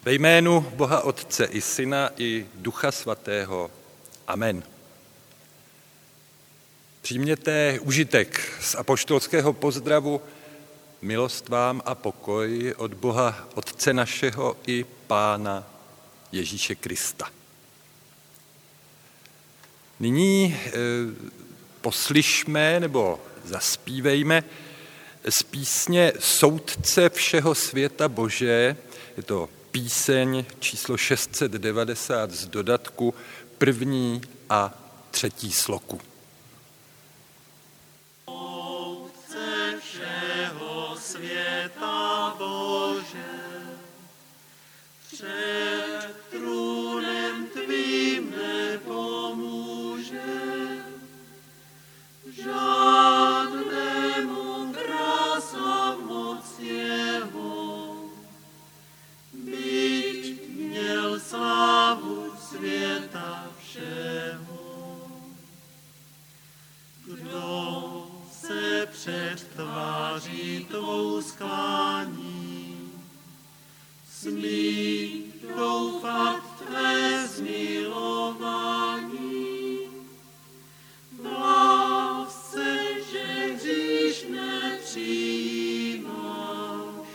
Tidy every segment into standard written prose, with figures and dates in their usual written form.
Ve jménu Boha Otce i Syna i Ducha Svatého. Amen. Přijměte užitek z apoštolského pozdravu, milost vám a pokoj od Boha Otce našeho i Pána Ježíše Krista. Nyní poslyšme nebo zaspívejme z písně Soudce všeho světa Bože, je to píseň číslo 690 z dodatku 1. a 3. sloku. Soudce všeho světa Bože, před trůnem tvým nepomůže žádnému krása moc jeho, byť měl slávu světa všeho. Kdo se před tváří tvou sklání, smí doufat tvé zmilování. V lásce, že hříš nepřijímáš,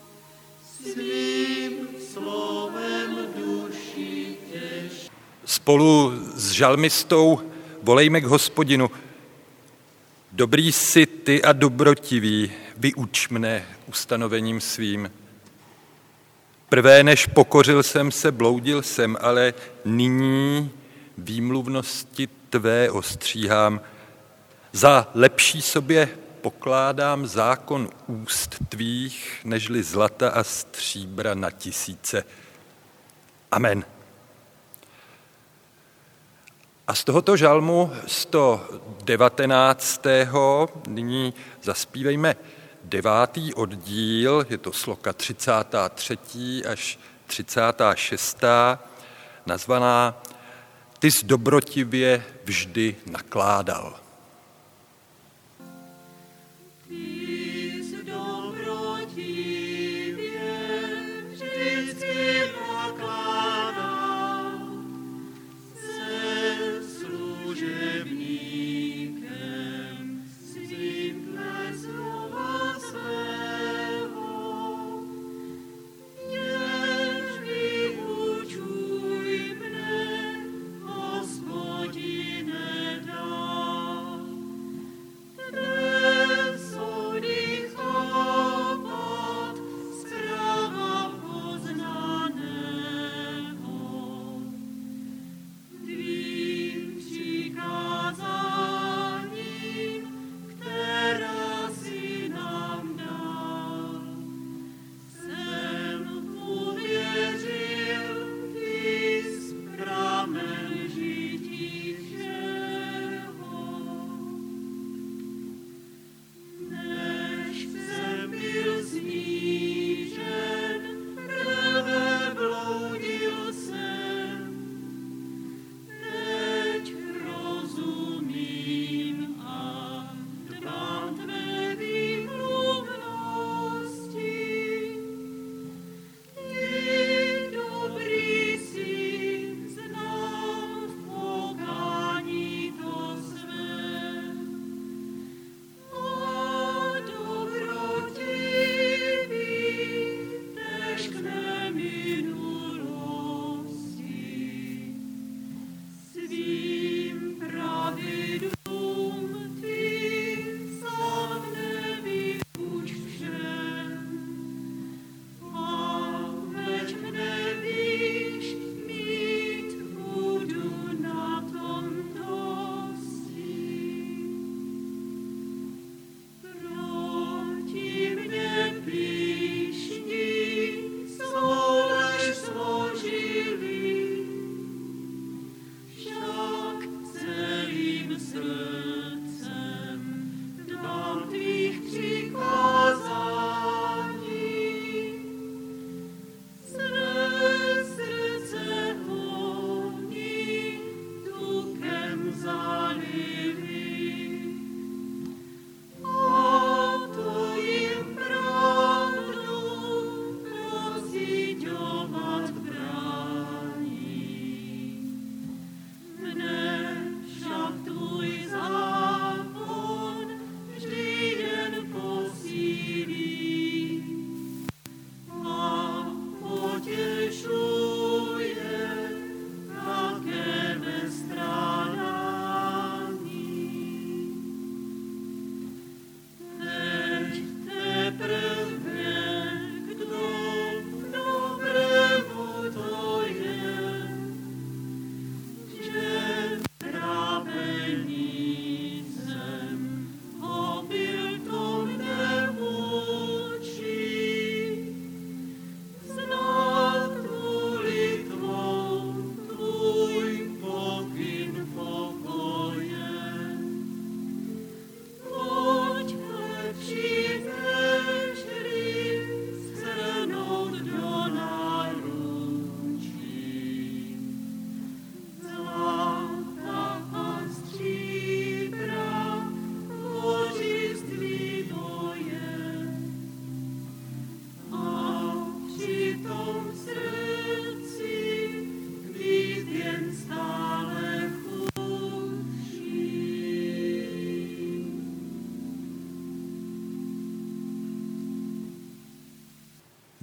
svým slovem duši těš. Spolu s žalmistou volejme k Hospodinu. Dobrý jsi ty a dobrotivý, vyuč mne ustanovením svým. Prvé než pokořil jsem se, bloudil jsem, ale nyní výmluvnosti tvé ostříhám. Za lepší sobě pokládám zákon úst tvých, nežli zlata a stříbra na tisíce. Amen. A z tohoto žalmu 119. nyní zaspívejme 9. oddíl, je to sloka 33. až 36. nazvaná Ty jsi dobrotivě vždy nakládal.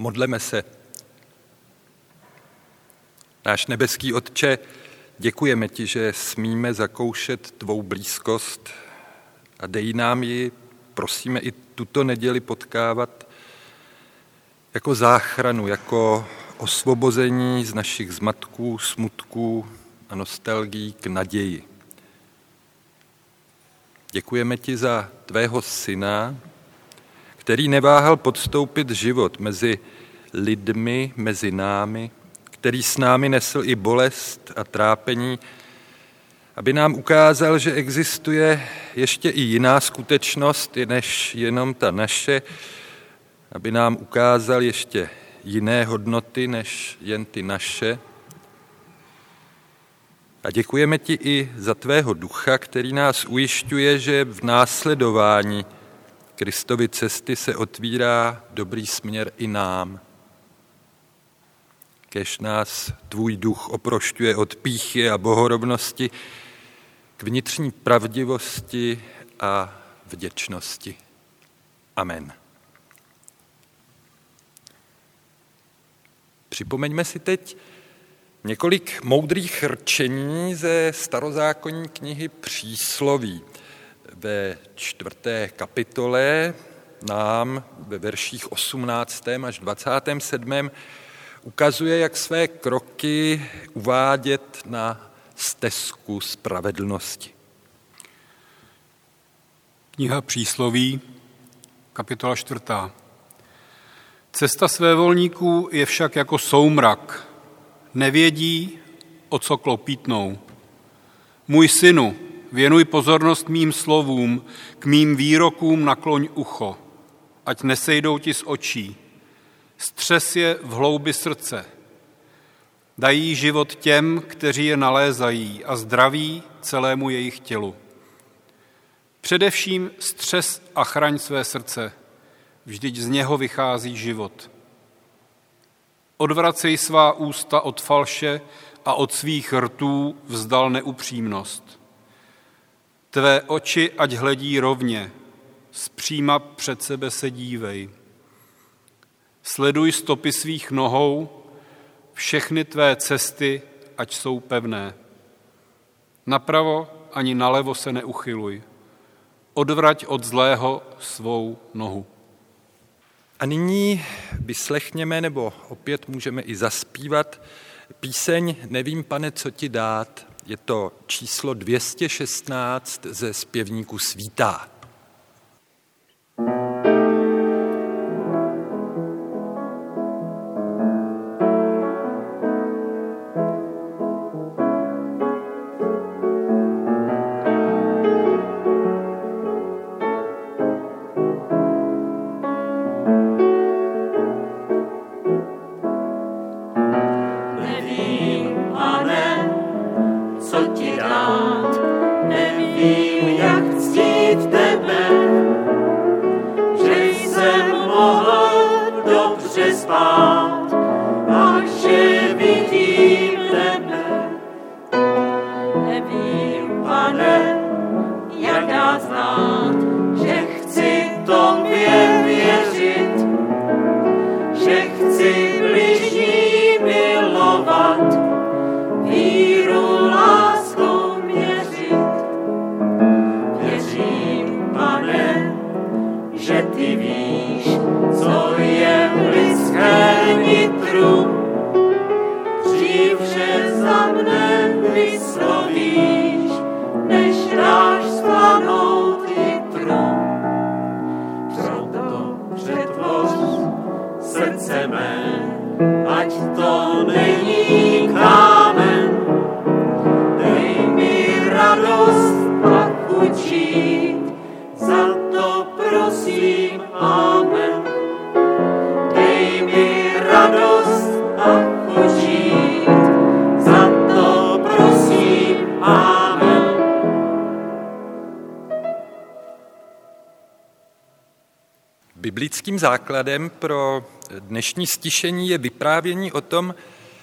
Modleme se. Náš nebeský Otče, děkujeme ti, že smíme zakoušet tvou blízkost a dej nám ji, prosíme, i tuto neděli potkávat jako záchranu, jako osvobození z našich zmatků, smutků a nostalgií k naději. Děkujeme ti za tvého syna, který neváhal podstoupit život mezi lidmi, mezi námi, který s námi nesl i bolest a trápení, aby nám ukázal, že existuje ještě i jiná skutečnost, než jenom ta naše, aby nám ukázal ještě jiné hodnoty, než jen ty naše. A děkujeme ti i za tvého ducha, který nás ujišťuje, že v následování Kristovy cesty se otvírá dobrý směr i nám. Kéž nás tvůj duch oprošťuje od pýchy a bohorovnosti k vnitřní pravdivosti a vděčnosti. Amen. Připomeňme si teď několik moudrých rčení ze starozákonní knihy Přísloví. Ve 4. kapitole nám ve verších 18. až 27. ukazuje, jak své kroky uvádět na stezku spravedlnosti. Kniha Přísloví, kapitola 4. Cesta svévolníků je však jako soumrak. Nevědí, o co klopítnou. Můj synu, věnuj pozornost mým slovům, k mým výrokům nakloň ucho, ať nesejdou ti z očí. Střes je v hloubi srdce. Dají život těm, kteří je nalézají, a zdraví celému jejich tělu. Především střes a chraň své srdce, vždyť z něho vychází život. Odvracej svá ústa od falše a od svých rtů vzdal neupřímnost. Tvé oči ať hledí rovně, zpříma před sebe se dívej. Sleduj stopy svých nohou, všechny tvé cesty, ať jsou pevné. Napravo ani nalevo se neuchyluj. Odvrať od zlého svou nohu. A nyní vyslechněme, nebo opět můžeme i zaspívat, píseň Nevím, pane, co ti dát. Je to číslo 216 ze zpěvníku Svítá. Biblickým základem pro dnešní stišení je vyprávění o tom,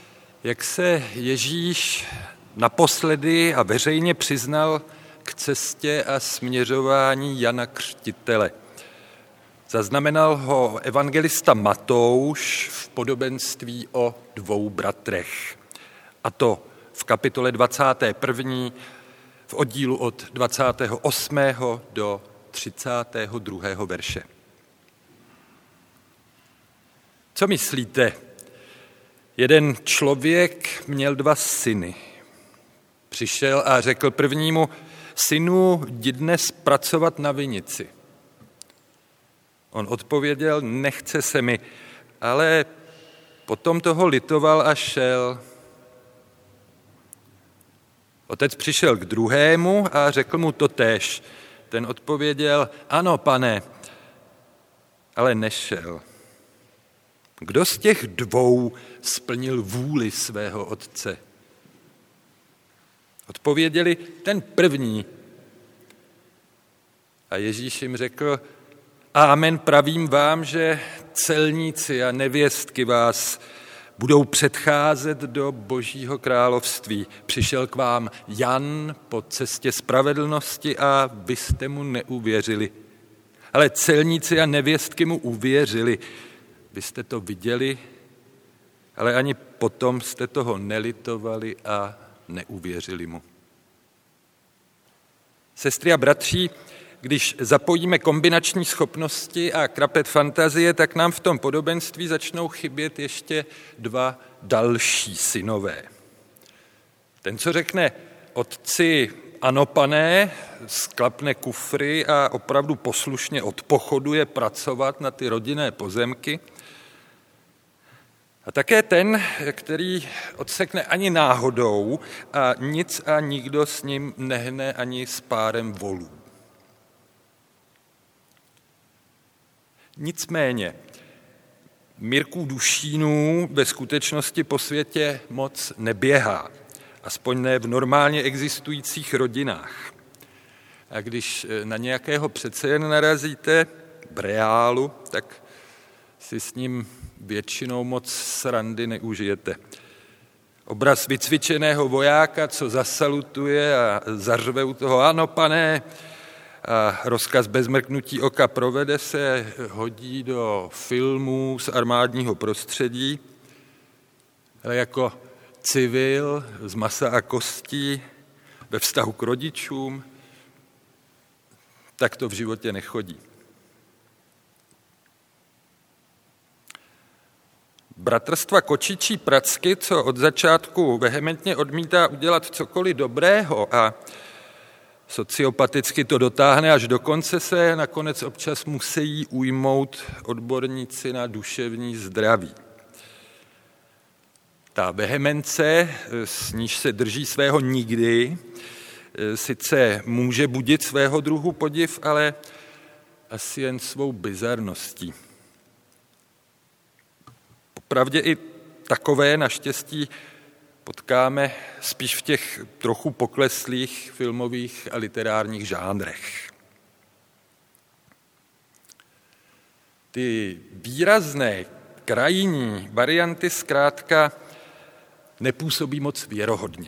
jak se Ježíš naposledy a veřejně přiznal k cestě a směřování Jana Křtitele. Zaznamenal ho evangelista Matouš v podobenství o dvou bratrech. A to v kapitole 21. v oddílu od 28. do 32. verše. Co myslíte? Jeden člověk měl 2 syny. Přišel a řekl prvnímu: synu, jdi dnes pracovat na vinici. On odpověděl: nechce se mi, ale potom toho litoval a šel. Otec přišel k druhému a řekl mu totéž. Ten odpověděl: ano, pane, ale nešel. Kdo z těch 2 splnil vůli svého otce? Odpověděli: ten první. A Ježíš jim řekl: amen, pravím vám, že celníci a nevěstky vás budou předcházet do Božího království. Přišel k vám Jan po cestě spravedlnosti a vy jste mu neuvěřili. Ale celníci a nevěstky mu uvěřili. Vy jste to viděli, ale ani potom jste toho nelitovali a neuvěřili mu. Sestry a bratři, když zapojíme kombinační schopnosti a krapet fantazie, tak nám v tom podobenství začnou chybět ještě 2 další synové. Ten, co řekne otci ano, pane, sklapne kufry a opravdu poslušně odpochoduje pracovat na ty rodinné pozemky. A také ten, který odsekne ani náhodou a nic a nikdo s ním nehne ani s párem volů. Nicméně Mirků Dušínů ve skutečnosti po světě moc neběhá, aspoň ne v normálně existujících rodinách. A když na nějakého přece jen narazíte v reálu, tak si s ním většinou moc srandy neužijete. Obraz vycvičeného vojáka, co zasalutuje a zařve u toho ano, pane, a rozkaz bez mrknutí oka provede se, hodí do filmů z armádního prostředí, ale jako civil z masa a kostí ve vztahu k rodičům, tak to v životě nechodí. Bratrstva Kočičí pracky, co od začátku vehementně odmítá udělat cokoliv dobrého a sociopaticky to dotáhne až do konce, se nakonec občas musí ujmout odborníci na duševní zdraví. Ta vehemence, s níž se drží svého nikdy, sice může budit svého druhu podiv, ale asi jen svou bizarností. Popravdě i takové naštěstí potkáme spíš v těch trochu pokleslých filmových a literárních žánrech. Ty výrazné krajní varianty zkrátka nepůsobí moc věrohodně.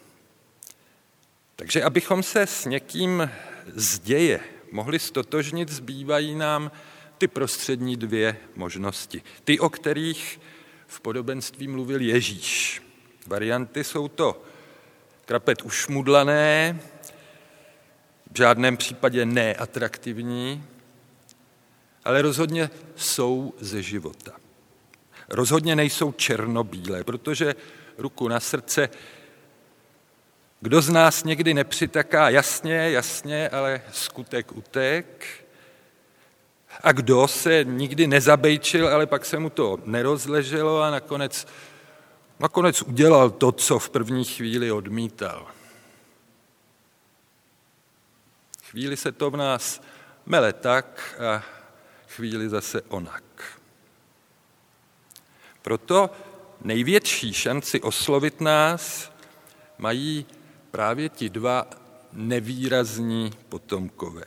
Takže abychom se s někým z děje mohli ztotožnit, zbývají nám ty prostřední 2 možnosti. Ty, o kterých v podobenství mluvil Ježíš. Varianty jsou to krapet ušmudlané, v žádném případě neatraktivní, ale rozhodně jsou ze života. Rozhodně nejsou černobílé, protože ruku na srdce, kdo z nás někdy nepřitaká jasně, ale skutek utek, a kdo se nikdy nezabejčil, ale pak se mu to nerozleželo a nakonec udělal to, co v první chvíli odmítal. Chvíli se to v nás mele tak a chvíli zase onak. Proto největší šanci oslovit nás mají právě ti 2 nevýrazní potomkové.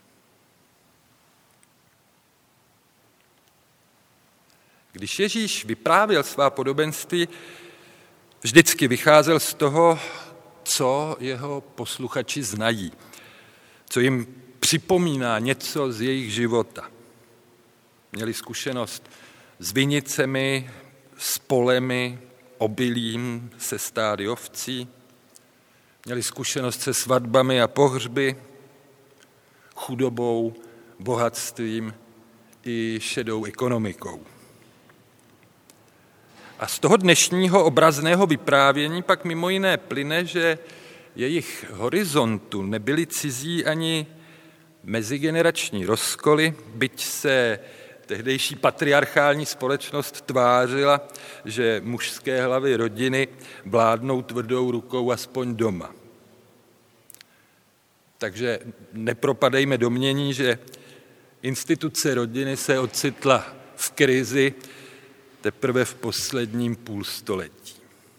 Když Ježíš vyprávěl svá podobenství, vždycky vycházel z toho, co jeho posluchači znají, co jim připomíná něco z jejich života. Měli zkušenost s vinicemi, s polemi, obilím, se stády ovcí. Měli zkušenost se svatbami a pohřby, chudobou, bohatstvím i šedou ekonomikou. A z toho dnešního obrazného vyprávění pak mimo jiné plyne, že jejich horizontu nebyly cizí ani mezigenerační rozkoly, byť se tehdejší patriarchální společnost tvářila, že mužské hlavy rodiny vládnou tvrdou rukou aspoň doma. Takže nepropadejme domnění, že instituce rodiny se ocitla v krizi teprve v posledním půlstoletí.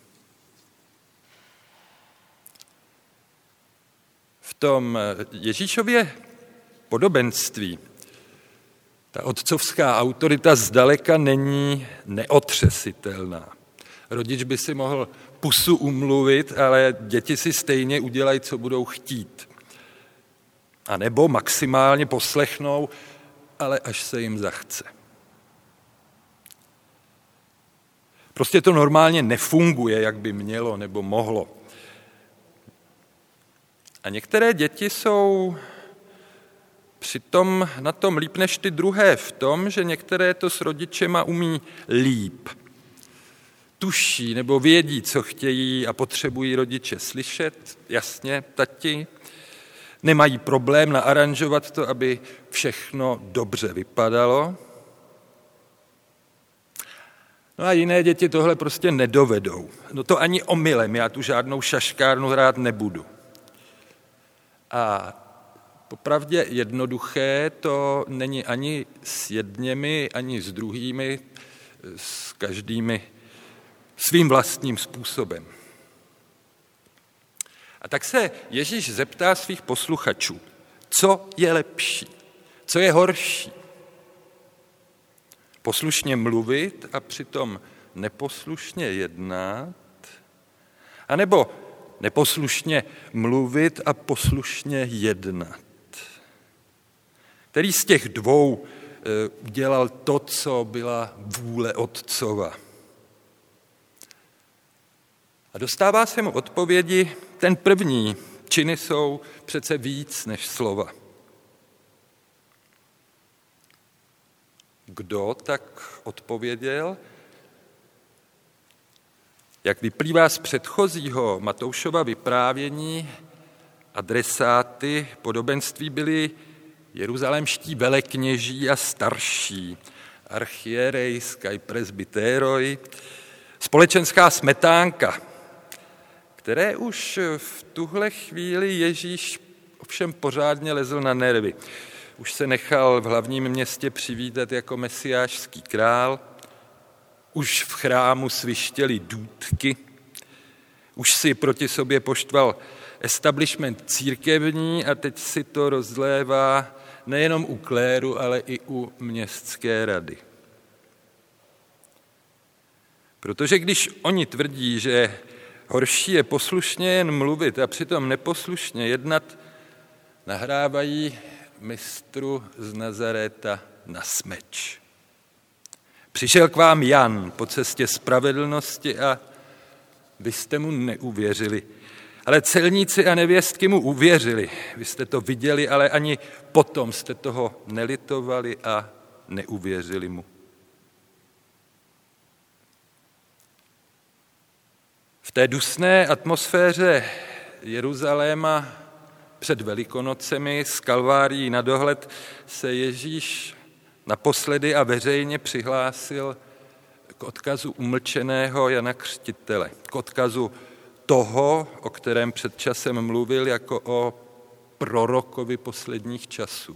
V tom Ježíšově podobenství ta otcovská autorita zdaleka není neotřesitelná. Rodič by si mohl pusu umluvit, ale děti si stejně udělají, co budou chtít. A nebo maximálně poslechnou, ale až se jim zachce. Prostě to normálně nefunguje, jak by mělo nebo mohlo. A některé děti jsou přitom na tom líp než ty druhé v tom, že některé to s rodičema umí líp. Tuší nebo vědí, co chtějí a potřebují rodiče slyšet. Jasně, tati. Nemají problém naaranžovat to, aby všechno dobře vypadalo. No a jiné děti tohle prostě nedovedou. No to ani omylem, já tu žádnou šaškárnu hrát nebudu. A popravdě jednoduché to není ani s jedněmi, ani s druhými, s každými svým vlastním způsobem. A tak se Ježíš zeptá svých posluchačů, co je lepší, co je horší. Poslušně mluvit a přitom neposlušně jednat, anebo neposlušně mluvit a poslušně jednat. Který z těch dvou udělal to, co byla vůle Otcova. A dostává se mu odpovědi, ten první, činy jsou přece víc než slova. Kdo tak odpověděl? Jak vyplývá z předchozího Matoušova vyprávění, adresáty podobenství byli jeruzalémští velekněží a starší, archierejs kai presbyteroi, společenská smetánka, které už v tuhle chvíli Ježíš ovšem pořádně lezl na nervy. Už se nechal v hlavním městě přivítat jako mesiášský král, už v chrámu svištěly důtky, už si proti sobě poštval establishment církevní a teď si to rozlévá nejenom u kléru, ale i u městské rady. Protože když oni tvrdí, že horší je poslušně jen mluvit a přitom neposlušně jednat, nahrávají mistru z Nazaréta na smeč. Přišel k vám Jan po cestě spravedlnosti a vy jste mu neuvěřili. Ale celníci a nevěstky mu uvěřili. Vy jste to viděli, ale ani potom jste toho nelitovali a neuvěřili mu. V té dusné atmosféře Jeruzaléma před Velikonocemi s Kalvárií na dohled se Ježíš naposledy a veřejně přihlásil k odkazu umlčeného Jana Křtitele, k odkazu toho, o kterém před časem mluvil jako o prorokovi posledních časů.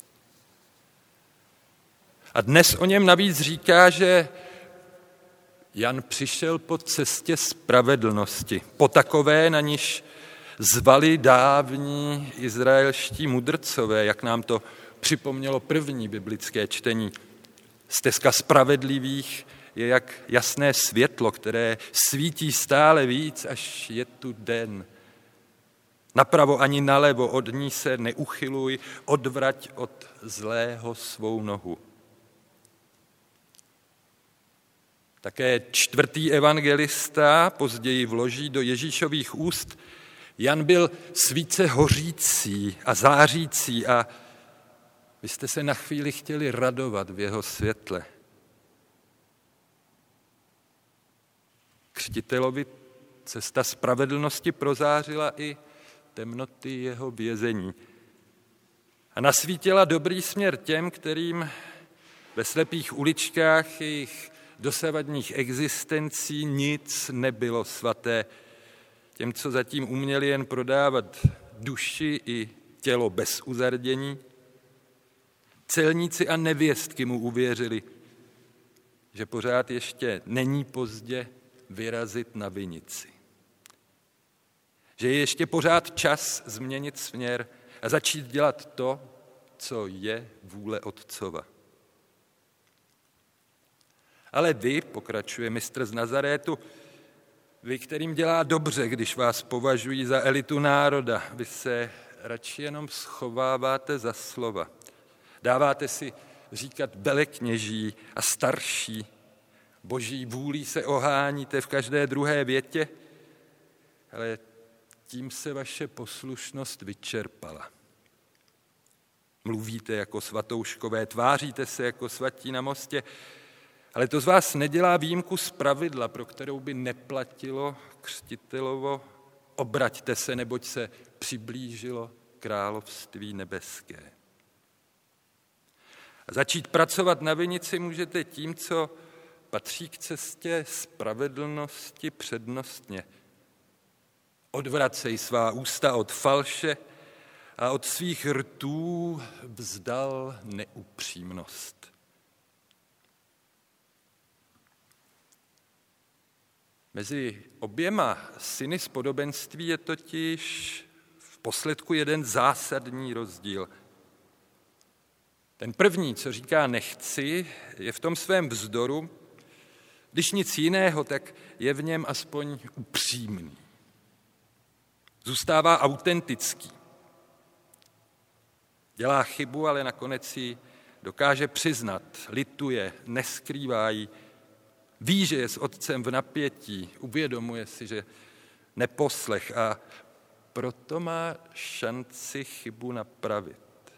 A dnes o něm navíc říká, že Jan přišel po cestě spravedlnosti, po takové, na níž zvali dávní izraelští mudrcové, jak nám to připomnělo první biblické čtení. Stezka spravedlivých je jak jasné světlo, které svítí stále víc, až je tu den. Napravo ani nalevo od ní se neuchyluj, odvrať od zlého svou nohu. Také čtvrtý evangelista později vloží do Ježíšových úst: Jan byl svíce hořící a zářící a vy jste se na chvíli chtěli radovat v jeho světle. Křtitelovi cesta spravedlnosti prozářila i temnoty jeho vězení a nasvítila dobrý směr těm, kterým ve slepých uličkách jejich dosavadních existencí nic nebylo svaté. Těm, co zatím uměli jen prodávat duši i tělo bez uzardění, celníci a nevěstky mu uvěřili, že pořád ještě není pozdě vyrazit na vinici. Že je ještě pořád čas změnit směr a začít dělat to, co je vůle Otcova. Ale vy, pokračuje mistr z Nazarétu, vy, kterým dělá dobře, když vás považují za elitu národa, vy se radši jenom schováváte za slova. Dáváte si říkat velekněží a starší. Boží vůlí se oháníte v každé druhé větě, ale tím se vaše poslušnost vyčerpala. Mluvíte jako svatouškové, tváříte se jako svatí na mostě, ale to z vás nedělá výjimku z pravidla, pro kterou by neplatilo křtitelovo: obraťte se, neboť se přiblížilo království nebeské. A začít pracovat na vinici můžete tím, co patří k cestě spravedlnosti přednostně. Odvracej svá ústa od falše a od svých rtů vzdal neupřímnost. Mezi oběma syny z podobenství je totiž v posledku jeden zásadní rozdíl. Ten první, co říká nechci, je v tom svém vzdoru, když nic jiného, tak je v něm aspoň upřímný. Zůstává autentický. Dělá chybu, ale nakonec ji dokáže přiznat, lituje, neskrývá ji, ví, že je s otcem v napětí, uvědomuje si, že neposlech a proto má šanci chybu napravit.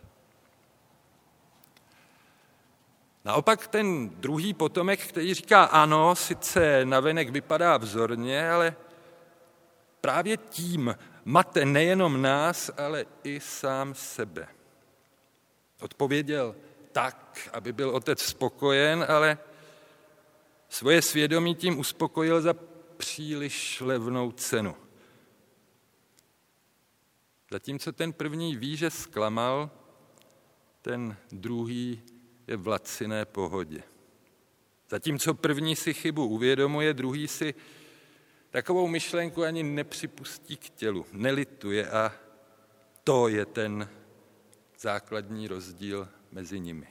Naopak ten druhý potomek, který říká ano, sice navenek vypadá vzorně, ale právě tím mate nejenom nás, ale i sám sebe. Odpověděl tak, aby byl otec spokojen, ale svoje svědomí tím uspokojil za příliš levnou cenu. Zatímco ten první ví, že zklamal, ten druhý je v laciné pohodě. Zatímco první si chybu uvědomuje, druhý si takovou myšlenku ani nepřipustí k tělu, nelituje a to je ten základní rozdíl mezi nimi.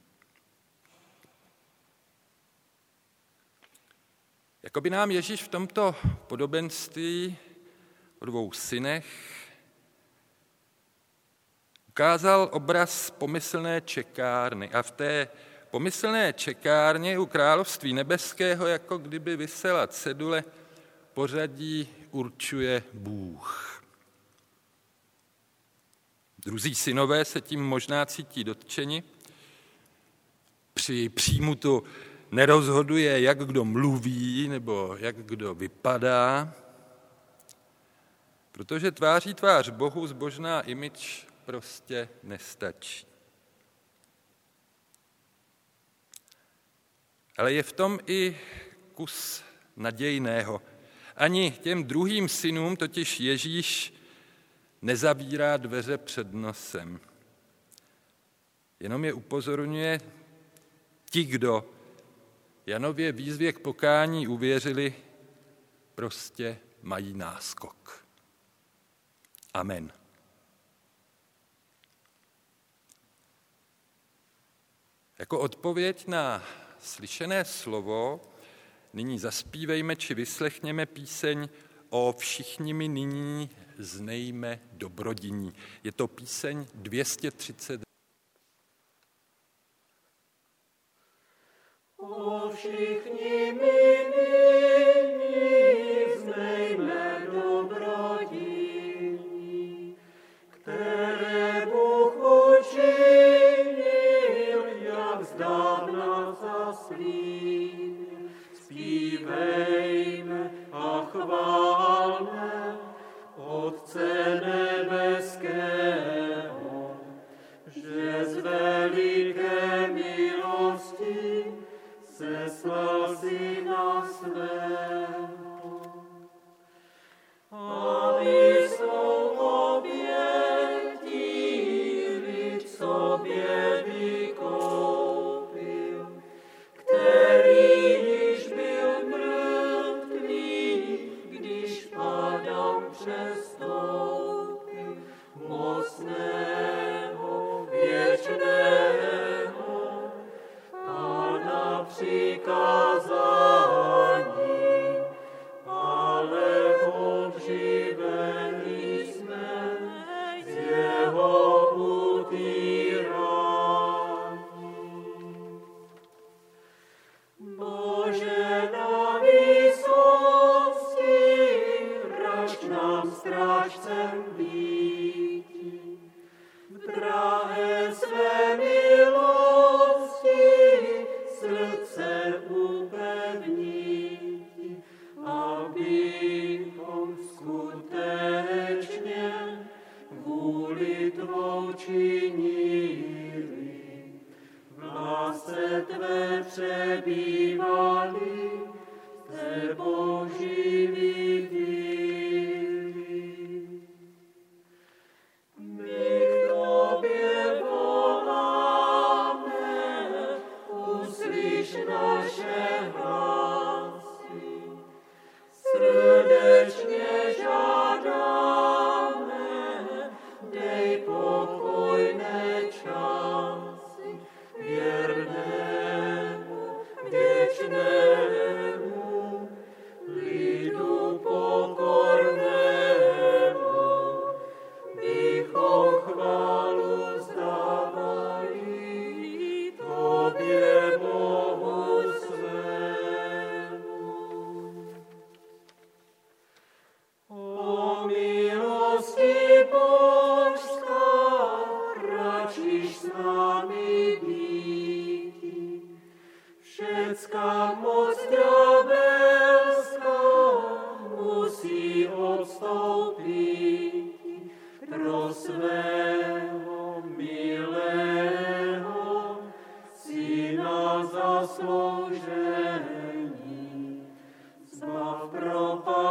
Jakoby nám Ježíš v tomto podobenství o dvou synech ukázal obraz pomyslné čekárny a v té pomyslné čekárně u království nebeského jako kdyby visela cedule pořadí určuje Bůh. Druzí synové se tím možná cítí dotčeni. Při příjmu nerozhoduje, jak kdo mluví nebo jak kdo vypadá, protože tváří tvář Bohu zbožná image prostě nestačí. Ale je v tom i kus nadějného. Ani těm druhým synům totiž Ježíš nezavírá dveře před nosem. Jenom je upozorňuje, ti, kdo Janově výzvě k pokání uvěřili, prostě mají náskok. Amen. Jako odpověď na slyšené slovo nyní zaspívejme či vyslechněme píseň O všichni mi nyní znejme dobrodiní. Je to píseň 230. O všichni mi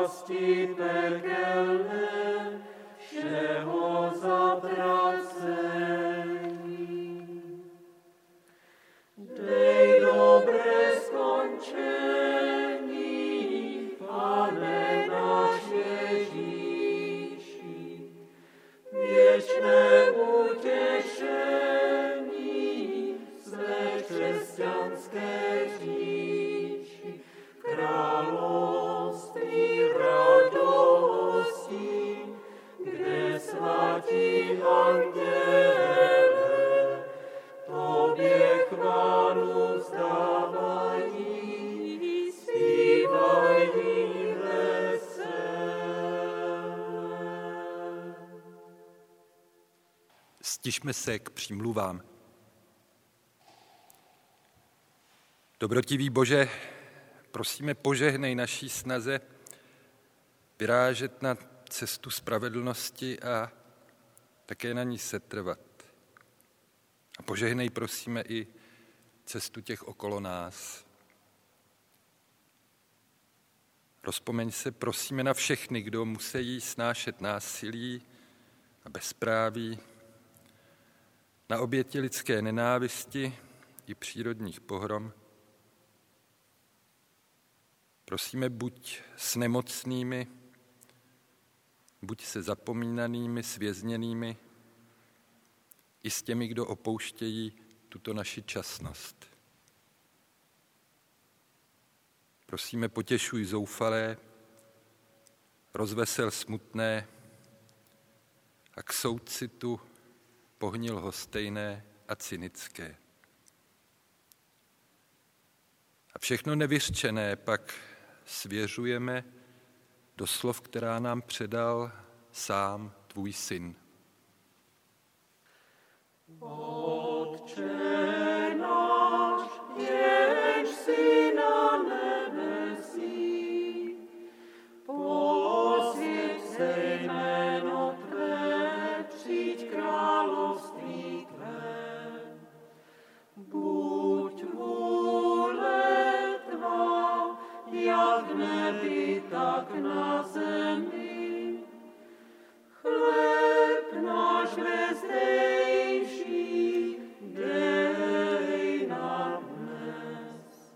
pasti pekelné, všeho zatracení. Dej dobré skončení, Pane náš Ježíši, věčné utěšení své křesťanské říši, království radosti, kde svatí anděle tobě chválu vzdávají, zpívají veselé. Stišme se k přímluvám. Dobrotivý Bože, prosíme, požehnej naší snaze vyrážet na cestu spravedlnosti a také na ní setrvat. A požehnej, prosíme, i cestu těch okolo nás. Rozpomeň se, prosíme, na všechny, kdo musí snášet násilí a bezpráví, na oběti lidské nenávisti i přírodních pohrom. Prosíme, buď s nemocnými, buď se zapomínanými, s vězněnými, i s těmi, kdo opouštějí tuto naši časnost. Prosíme, potěšuj zoufalé, rozvesel smutné a k soucitu pohnil lhostejné a cynické. A všechno nevyřčené pak svěřujeme do slov, která nám předal sám tvůj syn. Otče náš, jenž jsi na nebesích, posvěť se jméno tvé, přijď království tvé. Buď vůle tvá, jak v nebi, tak na zemi. Chléb náš bezdejší dej nám dnes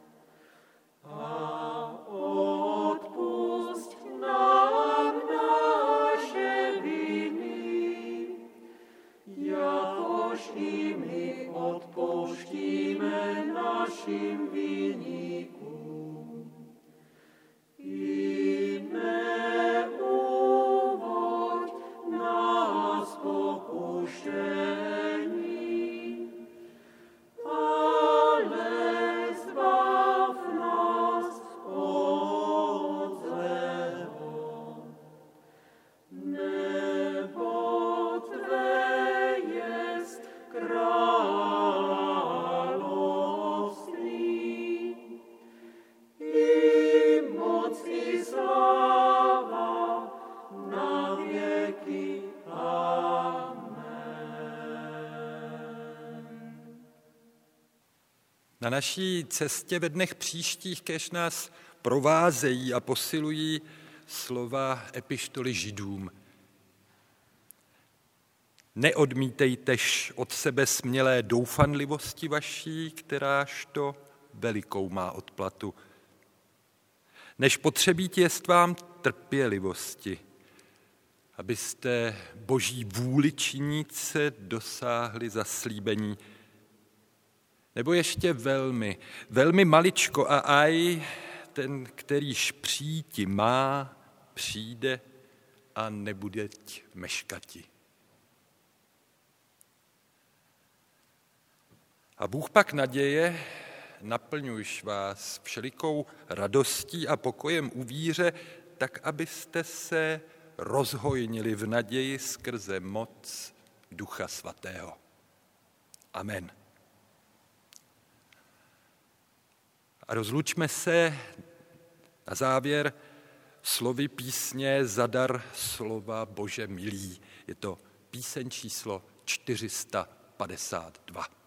a odpusť nám naše viny, jakož i my odpouštíme našim viníkům. I neuvoď nás pokušení, ale zbav nás od zlého. Nebo tvé jest království, i moc i sláva na věky. Na naší cestě ve dnech příštích kéž nás provázejí a posilují slova epištoly Židům. Neodmítejtež od sebe smělé doufanlivosti vaší, kteráž to velikou má odplatu. Než potřebí jest vám trpělivosti, abyste Boží vůli činíce dosáhli zaslíbení. Nebo ještě velmi, velmi maličko a aj ten, kterýž přijti má, přijde a nebudeť meškati. A Bůh pak naděje, naplňujš vás všelikou radostí a pokojem u víře, tak abyste se rozhojnili v naději skrze moc Ducha Svatého. Amen. A rozlučme se na závěr slovy písně Zadar slova Bože milý. Je to píseň číslo 452.